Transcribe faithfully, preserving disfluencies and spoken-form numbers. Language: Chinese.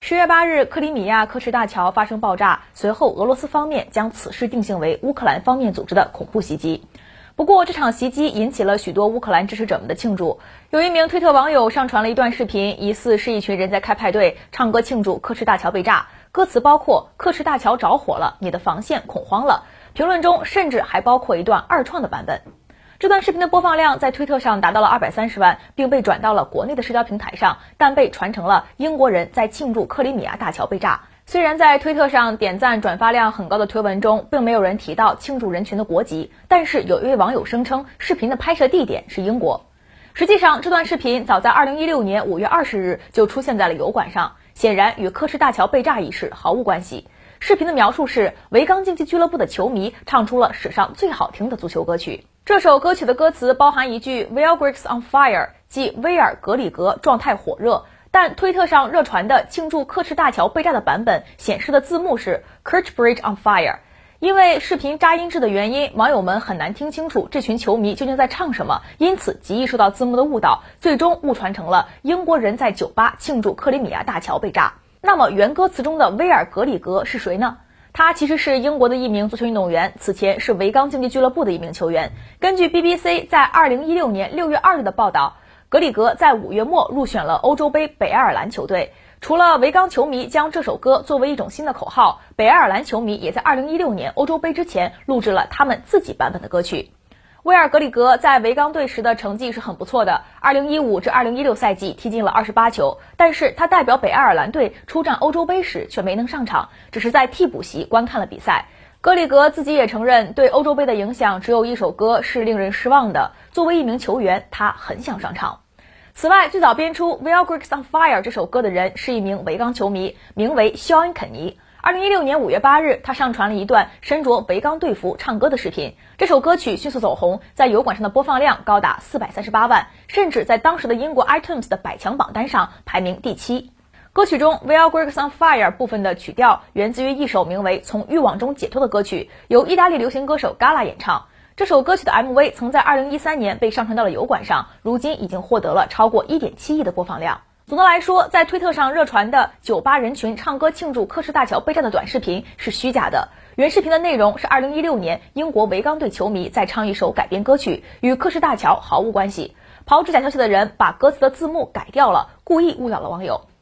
十月八日，克里米亚刻赤大桥发生爆炸，随后俄罗斯方面将此事定性为乌克兰方面组织的恐怖袭击。不过，这场袭击引起了许多乌克兰支持者们的庆祝。有一名推特网友上传了一段视频，疑似是一群人在开派对，唱歌庆祝刻赤大桥被炸，歌词包括“刻赤大桥着火了，你的防线恐慌了”。评论中甚至还包括一段二创的版本。这段视频的播放量在推特上达到了二百三十万，并被转到了国内的社交平台上，但被传成了英国人在庆祝克里米亚大桥被炸。虽然在推特上点赞转发量很高的推文中，并没有人提到庆祝人群的国籍，但是有一位网友声称视频的拍摄地点是英国。实际上，这段视频早在二零一六年五月二十日就出现在了油管上，显然与刻赤大桥被炸一事毫无关系。视频的描述是维冈竞技俱乐部的球迷唱出了史上最好听的足球歌曲。这首歌曲的歌词包含一句 Vilgrix on fire， 即威尔格里格状态火热，但推特上热传的庆祝刻赤大桥被炸的版本显示的字幕是 Kerchbridge on fire。 因为视频扎音质的原因，网友们很难听清楚这群球迷究竟在唱什么，因此极易受到字幕的误导，最终误传成了英国人在酒吧庆祝克里米亚大桥被炸。那么原歌词中的威尔格里格是谁呢？他其实是英国的一名足球运动员，此前是维冈竞技俱乐部的一名球员。根据 B B C 在二零一六年六月二日的报道，格里格在五月末入选了欧洲杯北爱尔兰球队。除了维冈球迷将这首歌作为一种新的口号，北爱尔兰球迷也在二零一六年欧洲杯之前录制了他们自己版本的歌曲。威尔格里格在维冈队时的成绩是很不错的，二零一五至二零一六赛季踢进了二十八球，但是他代表北爱尔兰队出战欧洲杯时却没能上场，只是在替补席观看了比赛。格里格自己也承认，对欧洲杯的影响只有一首歌是令人失望的，作为一名球员，他很想上场。此外，最早编出 Vilgrix on fire 这首歌的人是一名维冈球迷，名为肖恩肯尼。二零一六年五月八日，他上传了一段身着维冈队服唱歌的视频。这首歌曲迅速走红，在油管上的播放量高达四百三十八万，甚至在当时的英国 iTunes 的百强榜单上排名第七。歌曲中 Vilgrix on fire 部分的曲调源自于一首名为《从欲望中解脱》的歌曲，由意大利流行歌手 Gala 演唱。这首歌曲的 M V 曾在二零一三年被上传到了油管上，如今已经获得了超过 一点七亿的播放量。总的来说，在推特上热传的酒吧人群唱歌庆祝刻赤大桥被炸的短视频是虚假的。原视频的内容是二零一六年英国维冈队球迷在唱一首改编歌曲，与刻赤大桥毫无关系。炮制假消息的人把歌词的字幕改掉了，故意误导了网友。